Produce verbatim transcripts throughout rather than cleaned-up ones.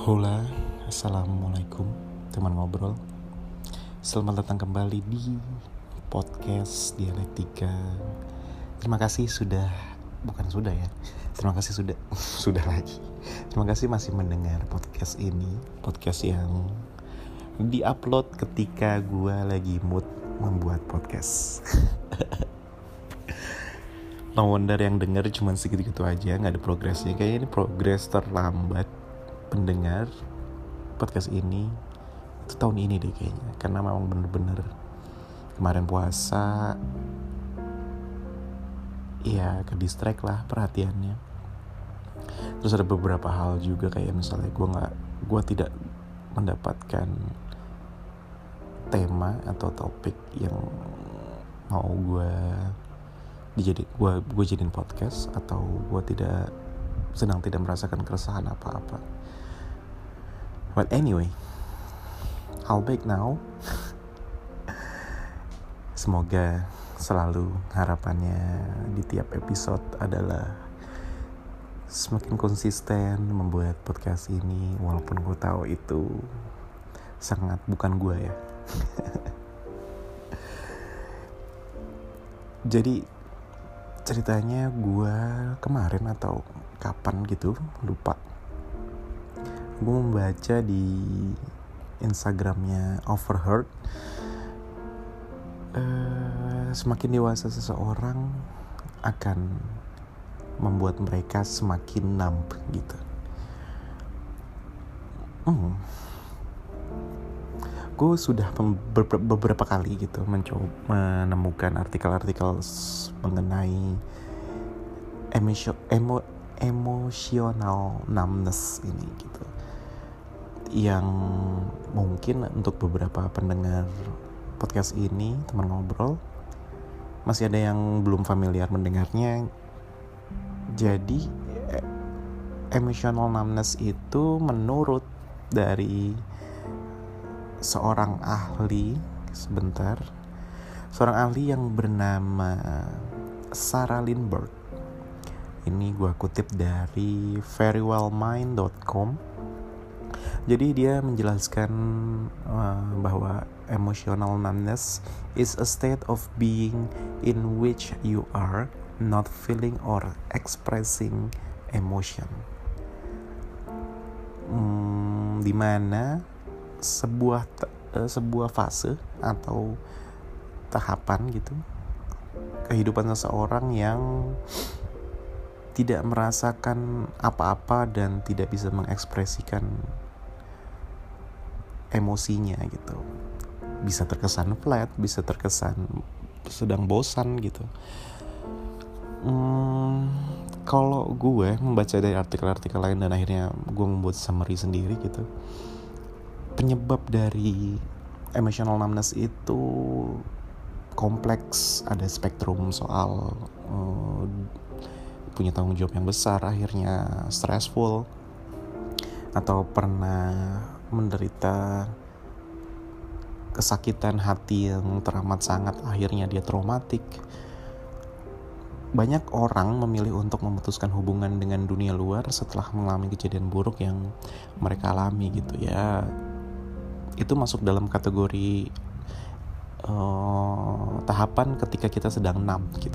Hola, assalamualaikum teman ngobrol. Selamat datang kembali di podcast Dialektika. Terima kasih sudah, bukan sudah ya. Terima kasih sudah, sudah lagi. Terima kasih masih mendengar podcast ini, podcast yang diupload ketika gue lagi mood membuat podcast. No wonder yang denger cuma segitu-gitu aja, nggak ada progresnya. Kayaknya ini progres terlambat pendengar podcast ini itu tahun ini deh kayaknya, karena memang bener-bener kemarin puasa ya ke distract lah perhatiannya. Terus ada beberapa hal juga kayak misalnya gue nggak gue tidak mendapatkan tema atau topik yang mau gue dijadi gue gue jadiin podcast, atau gue tidak sedang tidak merasakan keresahan apa-apa. But anyway, I'll back now. Semoga selalu harapannya di tiap episode adalah semakin konsisten membuat podcast ini, walaupun gue tahu itu sangat bukan gue ya. Jadi ceritanya gue kemarin atau kapan gitu lupa, gue membaca di Instagramnya Overheard, uh, semakin dewasa seseorang akan membuat mereka semakin numb gitu. Hmm. Gue sudah beberapa, beberapa kali gitu mencoba menemukan artikel-artikel mengenai emosio, emo, emotional numbness ini gitu, yang mungkin untuk beberapa pendengar podcast ini, teman ngobrol, masih ada yang belum familiar mendengarnya. Jadi emotional numbness itu menurut dari seorang ahli sebentar seorang ahli yang bernama Sarah Lindberg. Ini gue kutip dari verywellmind dot com. Jadi dia menjelaskan uh, bahwa emotional numbness is a state of being in which you are not feeling or expressing emotion. Hmm, dimana sebuah uh, sebuah fase atau tahapan gitu kehidupan seseorang yang tidak merasakan apa-apa dan tidak bisa mengekspresikan emosinya gitu. Bisa terkesan flat, bisa terkesan sedang bosan gitu. Hmm, kalau gue membaca dari artikel-artikel lain dan akhirnya gue membuat summary sendiri gitu, penyebab dari emotional numbness itu kompleks. Ada spektrum soal uh, punya tanggung jawab yang besar, akhirnya stressful, atau pernah menderita kesakitan hati yang teramat sangat, akhirnya dia traumatik. Banyak orang memilih untuk memutuskan hubungan dengan dunia luar setelah mengalami kejadian buruk yang mereka alami gitu ya. Itu masuk dalam kategori uh, tahapan ketika kita sedang numb gitu.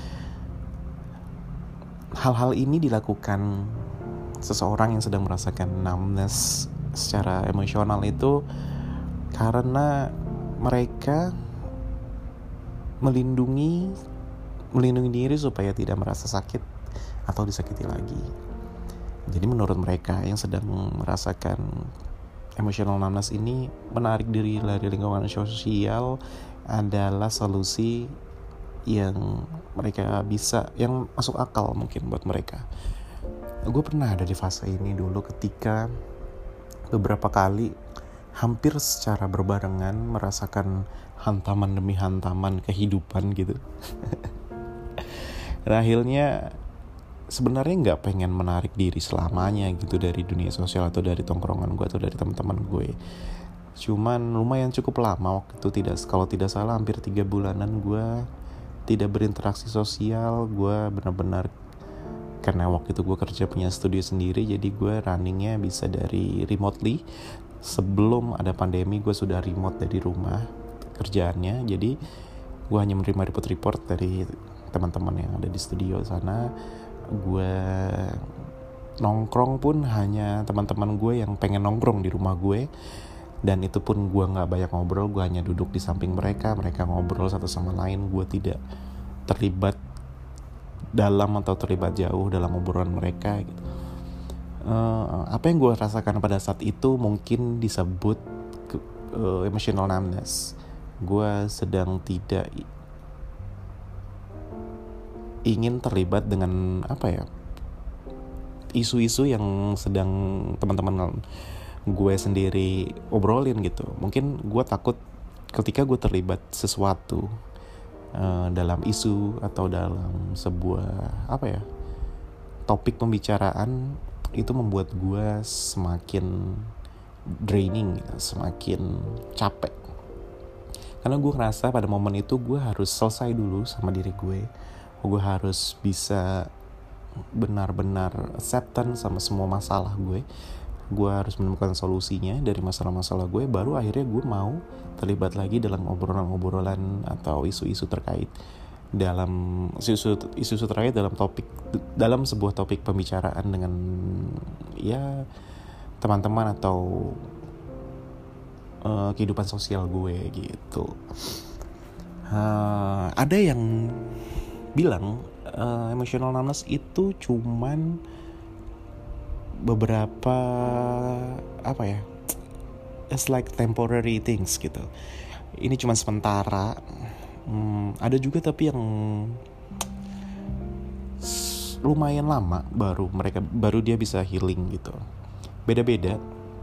Hal-hal ini dilakukan seseorang yang sedang merasakan numbness secara emosional itu karena mereka melindungi melindungi diri supaya tidak merasa sakit atau disakiti lagi. Jadi menurut mereka yang sedang merasakan emotional numbness ini, menarik diri dari lingkungan sosial adalah solusi yang mereka bisa, yang masuk akal mungkin buat mereka. Gue pernah ada di fase ini dulu ketika beberapa kali hampir secara berbarengan merasakan hantaman demi hantaman kehidupan gitu. Dan akhirnya sebenarnya nggak pengen menarik diri selamanya gitu dari dunia sosial atau dari tongkrongan gue atau dari teman-teman gue. Cuman lumayan cukup lama waktu itu, tidak kalau tidak salah hampir tiga bulanan gue tidak berinteraksi sosial. Gue benar-benar karena waktu itu gue kerja punya studio sendiri, jadi gue runningnya bisa dari remotely. Sebelum ada pandemi gue sudah remote dari rumah kerjaannya, jadi gue hanya menerima report-report dari teman-teman yang ada di studio sana. Gue nongkrong pun hanya teman-teman gue yang pengen nongkrong di rumah gue, dan itu pun gue nggak banyak ngobrol. Gue hanya duduk di samping mereka, mereka ngobrol satu sama lain, gue tidak terlibat dalam atau terlibat jauh dalam obrolan mereka gitu. Uh, apa yang gue rasakan pada saat itu mungkin disebut ke, uh, emotional numbness. Gue sedang tidak ingin terlibat dengan apa ya, isu-isu yang sedang teman-teman gue sendiri obrolin gitu. Mungkin gue takut ketika gue terlibat sesuatu uh, dalam isu atau dalam sebuah apa ya, topik pembicaraan, itu membuat gue semakin draining gitu, semakin capek. Karena gue ngerasa pada momen itu gue harus selesai dulu sama diri gue. Gue harus bisa benar-benar acceptance sama semua masalah gue. Gue harus menemukan solusinya dari masalah-masalah gue, baru akhirnya gue mau terlibat lagi dalam obrolan-obrolan atau isu-isu terkait dalam isu isu terkait dalam topik dalam sebuah topik pembicaraan dengan ya teman-teman atau uh, kehidupan sosial gue gitu. Uh, ada yang bilang uh, emotional numbness itu cuman beberapa apa ya, it's like temporary things gitu. Ini cuma sementara. Hmm, ada juga tapi yang lumayan lama baru mereka baru dia bisa healing gitu. Beda-beda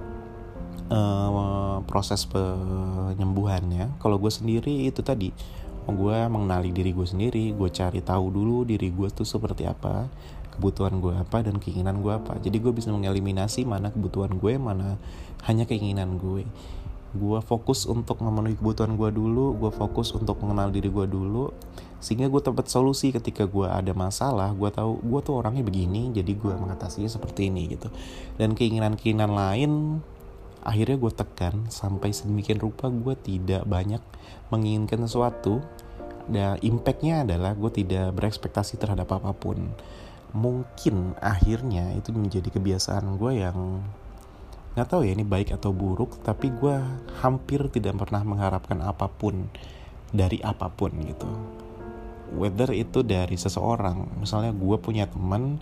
uh, proses penyembuhannya. Kalau gue sendiri itu tadi, gue mengenali diri gue sendiri, gue cari tahu dulu diri gue tuh seperti apa, kebutuhan gue apa dan keinginan gue apa. Jadi gue bisa mengeliminasi mana kebutuhan gue, mana hanya keinginan gue. Gue fokus untuk memenuhi kebutuhan gue dulu, gue fokus untuk mengenal diri gue dulu, sehingga gue dapat solusi ketika gue ada masalah. Gue tahu gue tuh orangnya begini, jadi gue mengatasinya seperti ini gitu. Dan keinginan-keinginan lain akhirnya gue tekan sampai sedemikian rupa gue tidak banyak menginginkan sesuatu. Dan impactnya adalah gue tidak berekspektasi terhadap apapun. Mungkin akhirnya itu menjadi kebiasaan gue yang nggak tahu ya ini baik atau buruk, tapi gue hampir tidak pernah mengharapkan apapun dari apapun gitu. Whether itu dari seseorang, misalnya gue punya teman,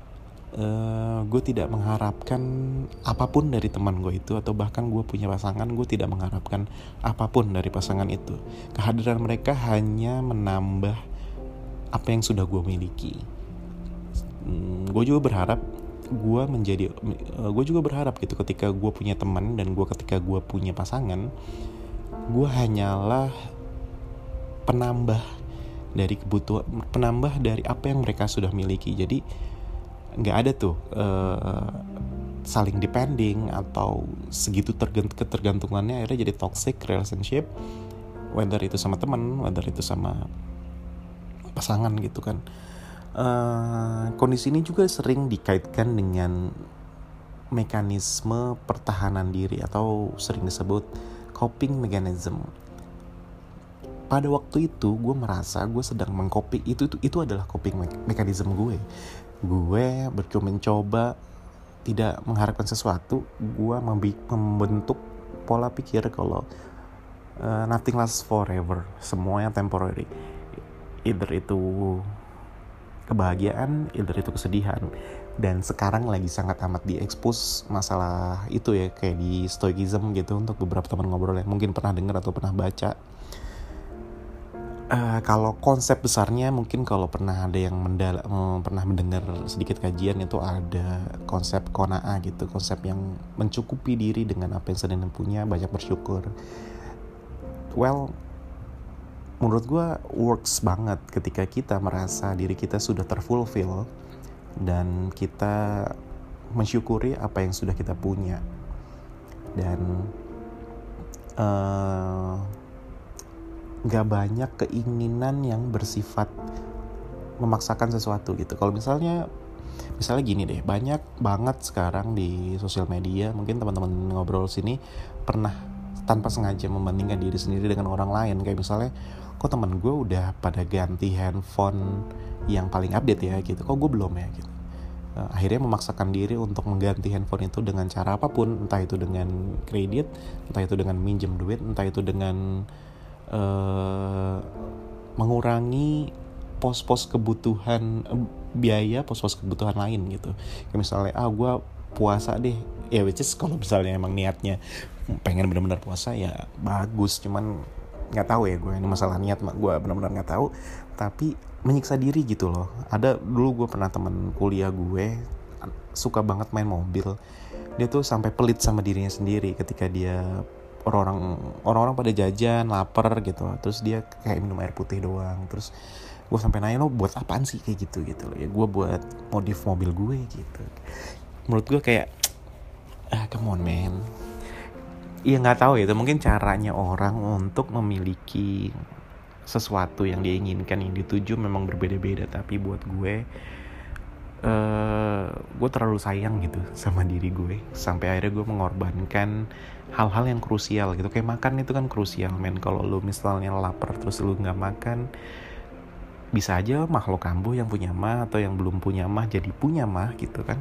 uh, gue tidak mengharapkan apapun dari teman gue itu, atau bahkan gue punya pasangan, gue tidak mengharapkan apapun dari pasangan itu. Kehadiran mereka hanya menambah apa yang sudah gue miliki. Hmm, gue juga berharap gue menjadi uh, gue juga berharap gitu ketika gue punya teman dan gue ketika gue punya pasangan, gue hanyalah penambah dari kebutuhan, penambah dari apa yang mereka sudah miliki. Jadi nggak ada tuh uh, saling depending atau segitu tergant- ketergantungannya akhirnya jadi toxic relationship, whether itu sama teman, whether itu sama pasangan gitu kan. Uh, kondisi ini juga sering dikaitkan dengan mekanisme pertahanan diri atau sering disebut coping mechanism. Pada waktu itu gue merasa gue sedang mengcopy itu, itu itu adalah coping me- mechanism gue. Gue bercoba mencoba tidak mengharapkan sesuatu. Gue membi- membentuk pola pikir kalau uh, nothing lasts forever, semuanya temporary. Either itu kebahagiaan, either itu kesedihan. Dan sekarang lagi sangat amat diekspos masalah itu ya, kayak di stoicism gitu. Untuk beberapa teman ngobrol yang mungkin pernah dengar atau pernah baca, uh, kalau konsep besarnya mungkin kalau pernah ada yang mendal- um, pernah mendengar sedikit kajian, itu ada konsep qanaah gitu, konsep yang mencukupi diri dengan apa yang sedang punya, banyak bersyukur. Well, menurut gue works banget ketika kita merasa diri kita sudah terfulfill dan kita mensyukuri apa yang sudah kita punya, dan uh, gak banyak keinginan yang bersifat memaksakan sesuatu gitu. Kalau misalnya Misalnya gini deh, banyak banget sekarang di sosial media, mungkin teman-teman ngobrol sini pernah tanpa sengaja membandingkan diri sendiri dengan orang lain. Kayak misalnya, kok teman gue udah pada ganti handphone yang paling update ya gitu, kok gue belum ya gitu. Uh, akhirnya memaksakan diri untuk mengganti handphone itu dengan cara apapun, entah itu dengan kredit, entah itu dengan minjem duit, entah itu dengan uh, mengurangi pos-pos kebutuhan eh, biaya, pos-pos kebutuhan lain gitu. Kayak misalnya, ah gue puasa deh, ya which is kalau misalnya emang niatnya pengen benar-benar puasa ya bagus, cuman nggak tahu ya gue, ini masalah niat gue benar-benar nggak tahu. Tapi menyiksa diri gitu loh. Ada dulu gue pernah temen kuliah gue suka banget main mobil, dia tuh sampai pelit sama dirinya sendiri ketika dia orang-orang orang-orang pada jajan lapar gitu, terus dia kayak minum air putih doang. Terus gue sampai nanya, lo buat apaan sih kayak gitu gitu loh. Ya gue buat modif mobil gue gitu. Menurut gue kayak ah come on man. Iya nggak tahu ya, itu mungkin caranya orang untuk memiliki sesuatu yang dia inginkan, yang dituju memang berbeda-beda. Tapi buat gue uh, gue terlalu sayang gitu sama diri gue, sampai akhirnya gue mengorbankan hal-hal yang krusial gitu. Kayak makan itu kan krusial men. Kalau lu misalnya lapar terus lu nggak makan, bisa aja makhluk kambuh yang punya mah atau yang belum punya mah jadi punya mah gitu kan.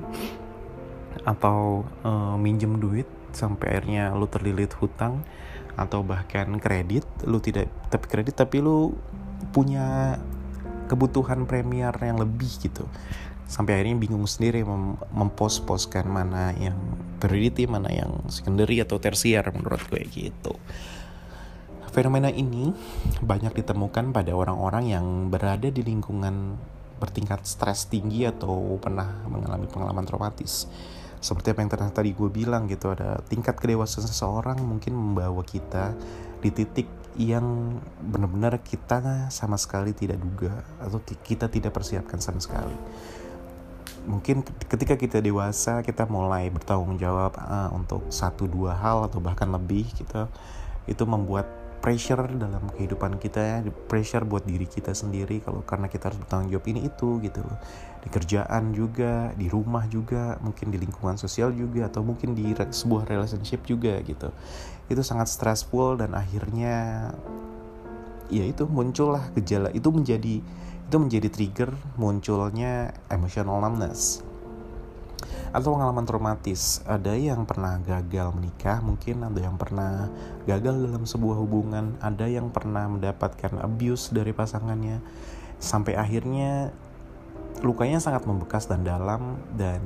Atau uh, minjem duit sampai akhirnya lu terlilit hutang, atau bahkan kredit, lu tidak tapi kredit tapi lu punya kebutuhan premier yang lebih gitu. Sampai akhirnya bingung sendiri mem- mempos-poskan mana yang priority, mana yang secondary atau tersier menurut gue gitu. Fenomena ini banyak ditemukan pada orang-orang yang berada di lingkungan bertingkat stres tinggi atau pernah mengalami pengalaman traumatis. Seperti apa yang tadi gue bilang gitu, ada tingkat kedewasaan seseorang mungkin membawa kita di titik yang benar-benar kita sama sekali tidak duga atau kita tidak persiapkan sama sekali. Mungkin ketika kita dewasa, kita mulai bertanggung jawab uh, untuk satu dua hal atau bahkan lebih gitu. Itu membuat pressure dalam kehidupan kita ya, pressure buat diri kita sendiri kalau karena kita harus bertanggung jawab ini itu gitu loh. Di kerjaan juga, di rumah juga, mungkin di lingkungan sosial juga, atau mungkin di re- sebuah relationship juga gitu. Itu sangat stressful dan akhirnya ya itu muncullah gejala itu menjadi itu menjadi trigger munculnya emotional numbness atau pengalaman traumatis. Ada yang pernah gagal menikah, mungkin ada yang pernah gagal dalam sebuah hubungan, ada yang pernah mendapatkan abuse dari pasangannya, sampai akhirnya lukanya sangat membekas dan dalam. Dan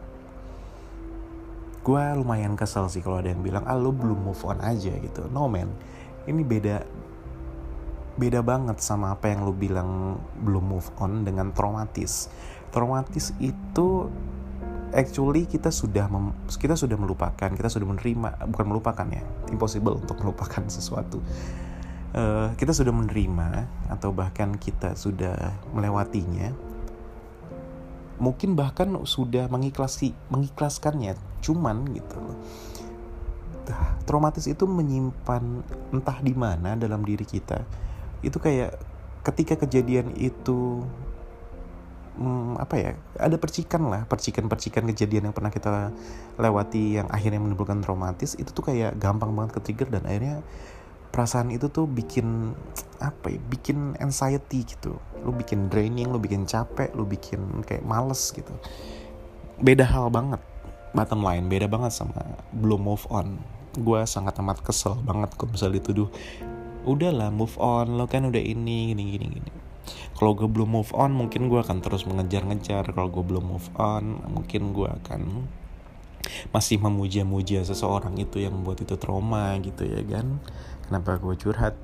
gue lumayan kesel sih kalau ada yang bilang, ah lu belum move on aja gitu. No man, ini beda beda banget sama apa yang lu bilang belum move on dengan traumatis. Traumatis itu actually kita sudah mem, kita sudah melupakan, kita sudah menerima, bukan melupakan ya, impossible untuk melupakan sesuatu. Uh, kita sudah menerima atau bahkan kita sudah melewatinya, mungkin bahkan sudah mengiklasi, mengikhlaskannya. Cuman gitu loh, traumatis itu menyimpan entah di mana dalam diri kita. Itu kayak ketika kejadian itu Hmm, apa ya, ada percikan lah, percikan-percikan kejadian yang pernah kita lewati yang akhirnya menimbulkan traumatis, itu tuh kayak gampang banget ke-trigger dan akhirnya perasaan itu tuh bikin apa ya, bikin anxiety gitu, lu bikin draining, lu bikin capek, lu bikin kayak males gitu. Beda hal banget, bottom line beda banget sama belum move on. Gue sangat amat kesel banget kalau misalnya dituduh, udahlah move on, lo kan udah ini gini gini gini. Kalau gue belum move on, mungkin gue akan terus mengejar-ngejar. Kalau gue belum move on, mungkin gue akan masih memuja-muja seseorang itu yang membuat itu trauma gitu ya kan. Kenapa gue curhat?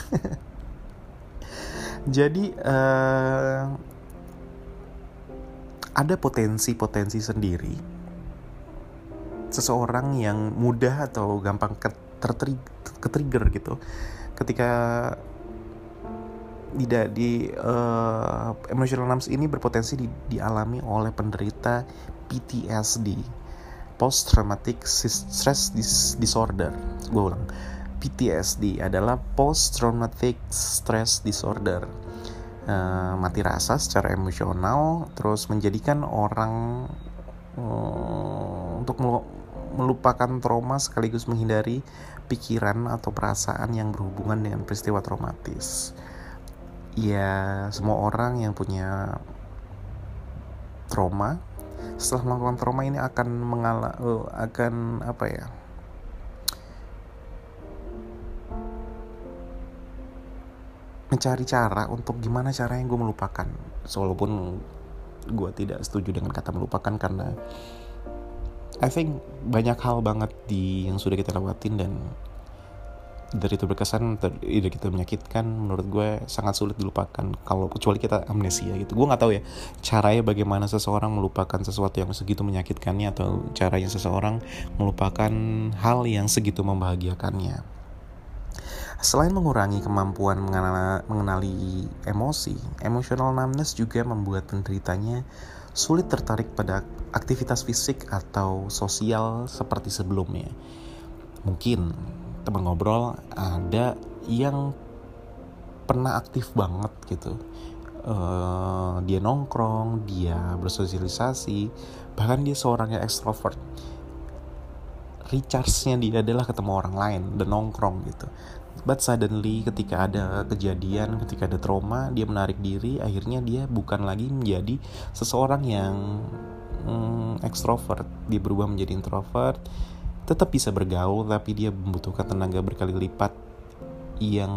Jadi uh, ada potensi-potensi sendiri seseorang yang mudah atau gampang ke-trigger gitu ketika tidak di uh, emotional numbness ini berpotensi di, dialami oleh penderita P T S D, post traumatic stress disorder. Gue ulang, P T S D adalah post traumatic stress disorder. uh, mati rasa secara emosional, terus menjadikan orang uh, untuk melupakan trauma sekaligus menghindari pikiran atau perasaan yang berhubungan dengan peristiwa traumatis. Ya, semua orang yang punya trauma setelah melakukan trauma ini akan mengalami uh, akan apa ya mencari cara untuk gimana caranya gue melupakan. Walaupun gue tidak setuju dengan kata melupakan, karena I think banyak hal banget di yang sudah kita lewatin dan dari itu berkesan, dari itu menyakitkan, menurut gue sangat sulit dilupakan kalau kecuali kita amnesia gitu. Gue nggak tahu ya caranya bagaimana seseorang melupakan sesuatu yang segitu menyakitkannya, atau caranya seseorang melupakan hal yang segitu membahagiakannya. Selain mengurangi kemampuan mengenali, mengenali emosi, emotional numbness juga membuat penderitanya sulit tertarik pada aktivitas fisik atau sosial seperti sebelumnya. Mungkin teman ngobrol ada yang pernah aktif banget gitu, uh, dia nongkrong, dia bersosialisasi, bahkan dia seorang yang ekstrovert. Recharge-nya dia adalah ketemu orang lain dan nongkrong gitu. But suddenly ketika ada kejadian, ketika ada trauma, dia menarik diri, akhirnya dia bukan lagi menjadi seseorang yang hmm, ekstrovert, dia berubah menjadi introvert. Tetap bisa bergaul, tapi dia membutuhkan tenaga berkali lipat yang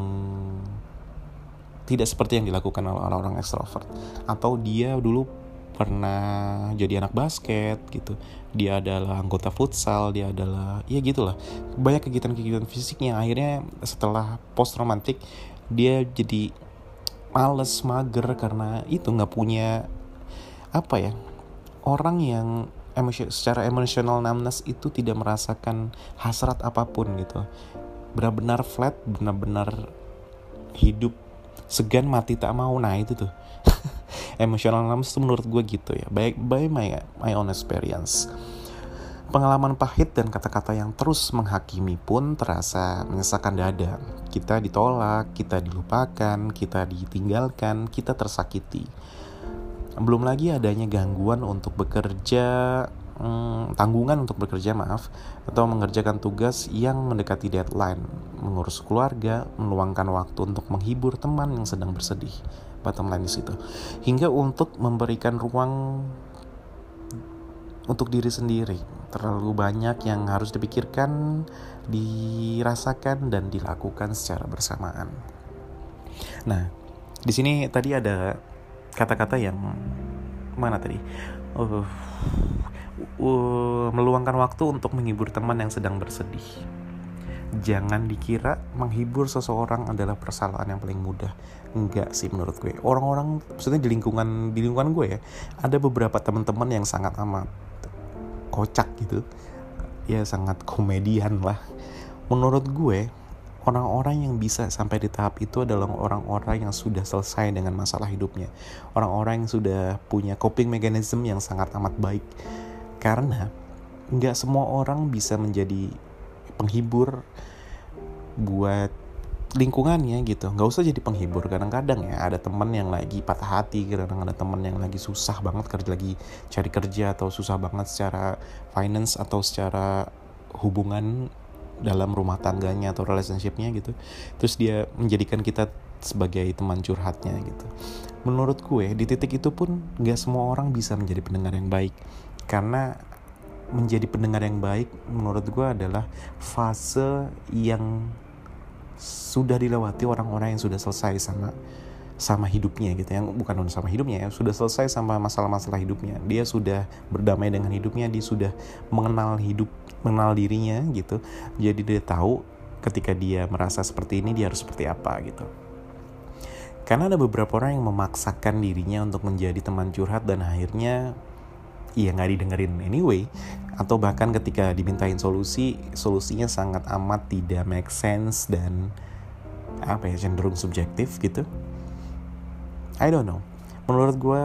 tidak seperti yang dilakukan oleh orang-orang ekstrovert. Atau dia dulu pernah jadi anak basket gitu, dia adalah anggota futsal, dia adalah ya gitulah, banyak kegiatan-kegiatan fisiknya. Akhirnya setelah post traumatik dia jadi males, mager, karena itu nggak punya apa ya, orang yang emosi, secara emotional numbness itu tidak merasakan hasrat apapun gitu, benar-benar flat, benar-benar hidup segan mati tak mau. Nah itu tuh emotional numbness itu menurut gue gitu ya, baik by my my own experience. Pengalaman pahit dan kata-kata yang terus menghakimi pun terasa menyesakan dada. Kita ditolak, kita dilupakan, kita ditinggalkan, kita tersakiti. Belum lagi adanya gangguan untuk bekerja, hmm, tanggungan untuk bekerja maaf, atau mengerjakan tugas yang mendekati deadline, mengurus keluarga, meluangkan waktu untuk menghibur teman yang sedang bersedih. Bottom line di situ. Hingga untuk memberikan ruang untuk diri sendiri. Terlalu banyak yang harus dipikirkan, dirasakan, dan dilakukan secara bersamaan. Nah, di sini tadi ada kata-kata yang mana tadi? Uh, uh, meluangkan waktu untuk menghibur teman yang sedang bersedih. Jangan dikira menghibur seseorang adalah persalahan yang paling mudah. Enggak sih menurut gue. Orang-orang, maksudnya di lingkungan di lingkungan gue ya, ada beberapa teman-teman yang sangat amat kocak gitu. Ya sangat komedian lah. Menurut gue, orang-orang yang bisa sampai di tahap itu adalah orang-orang yang sudah selesai dengan masalah hidupnya. Orang-orang yang sudah punya coping mechanism yang sangat amat baik. Karena enggak semua orang bisa menjadi penghibur buat lingkungannya gitu. Nggak usah jadi penghibur. Kadang-kadang ya ada teman yang lagi patah hati, kadang ada teman yang lagi susah banget kerja, lagi cari kerja, atau susah banget secara finance atau secara hubungan dalam rumah tangganya atau relationshipnya gitu. Terus dia menjadikan kita sebagai teman curhatnya gitu. Menurut gue di titik itu pun nggak semua orang bisa menjadi pendengar yang baik, karena menjadi pendengar yang baik menurut gue adalah fase yang sudah dilewati orang-orang yang sudah selesai sama sama hidupnya gitu, yang bukan sama hidupnya ya, sudah selesai sama masalah-masalah hidupnya. Dia sudah berdamai dengan hidupnya, dia sudah mengenal hidup, mengenal dirinya gitu. Jadi dia tahu ketika dia merasa seperti ini dia harus seperti apa gitu. Karena ada beberapa orang yang memaksakan dirinya untuk menjadi teman curhat dan akhirnya ya nggak didengerin anyway, atau bahkan ketika dimintain solusi, solusinya sangat amat tidak make sense dan apa ya, cenderung subjektif gitu. I don't know. Menurut gue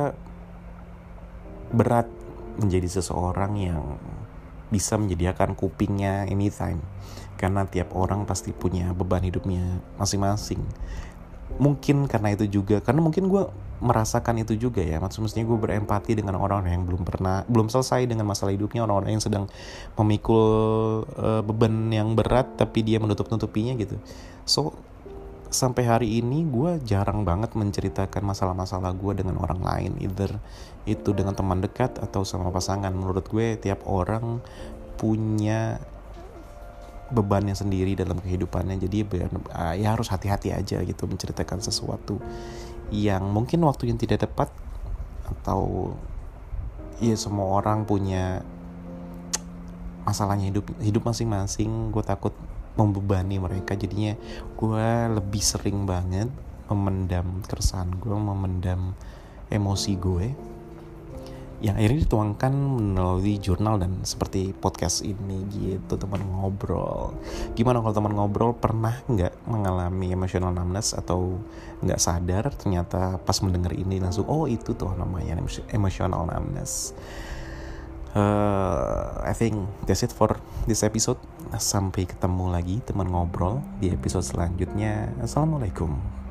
berat menjadi seseorang yang bisa menyediakan kupingnya anytime, karena tiap orang pasti punya beban hidupnya masing-masing. mungkin karena itu juga, karena mungkin gue merasakan itu juga ya, maksudnya gue berempati dengan orang-orang yang belum pernah belum selesai dengan masalah hidupnya, orang-orang yang sedang memikul uh, beban yang berat tapi dia menutup-nutupinya gitu. So sampai hari ini gue jarang banget menceritakan masalah-masalah gue dengan orang lain, either itu dengan teman dekat atau sama pasangan. Menurut gue tiap orang punya bebannya sendiri dalam kehidupannya, jadi uh, ya harus hati-hati aja gitu menceritakan sesuatu yang mungkin waktu yang tidak tepat, atau ya semua orang punya masalahnya hidup hidup masing-masing. Gue takut membebani mereka, jadinya gue lebih sering banget memendam keresahan gue, memendam emosi gue yang akhirnya dituangkan melalui jurnal dan seperti podcast ini gitu, teman ngobrol. Gimana kalau teman ngobrol pernah nggak mengalami emotional numbness, atau nggak sadar ternyata pas mendengar ini langsung oh itu tuh namanya emotional numbness. Uh, I think that's it for this episode. Sampai ketemu lagi teman ngobrol di episode selanjutnya. Assalamualaikum.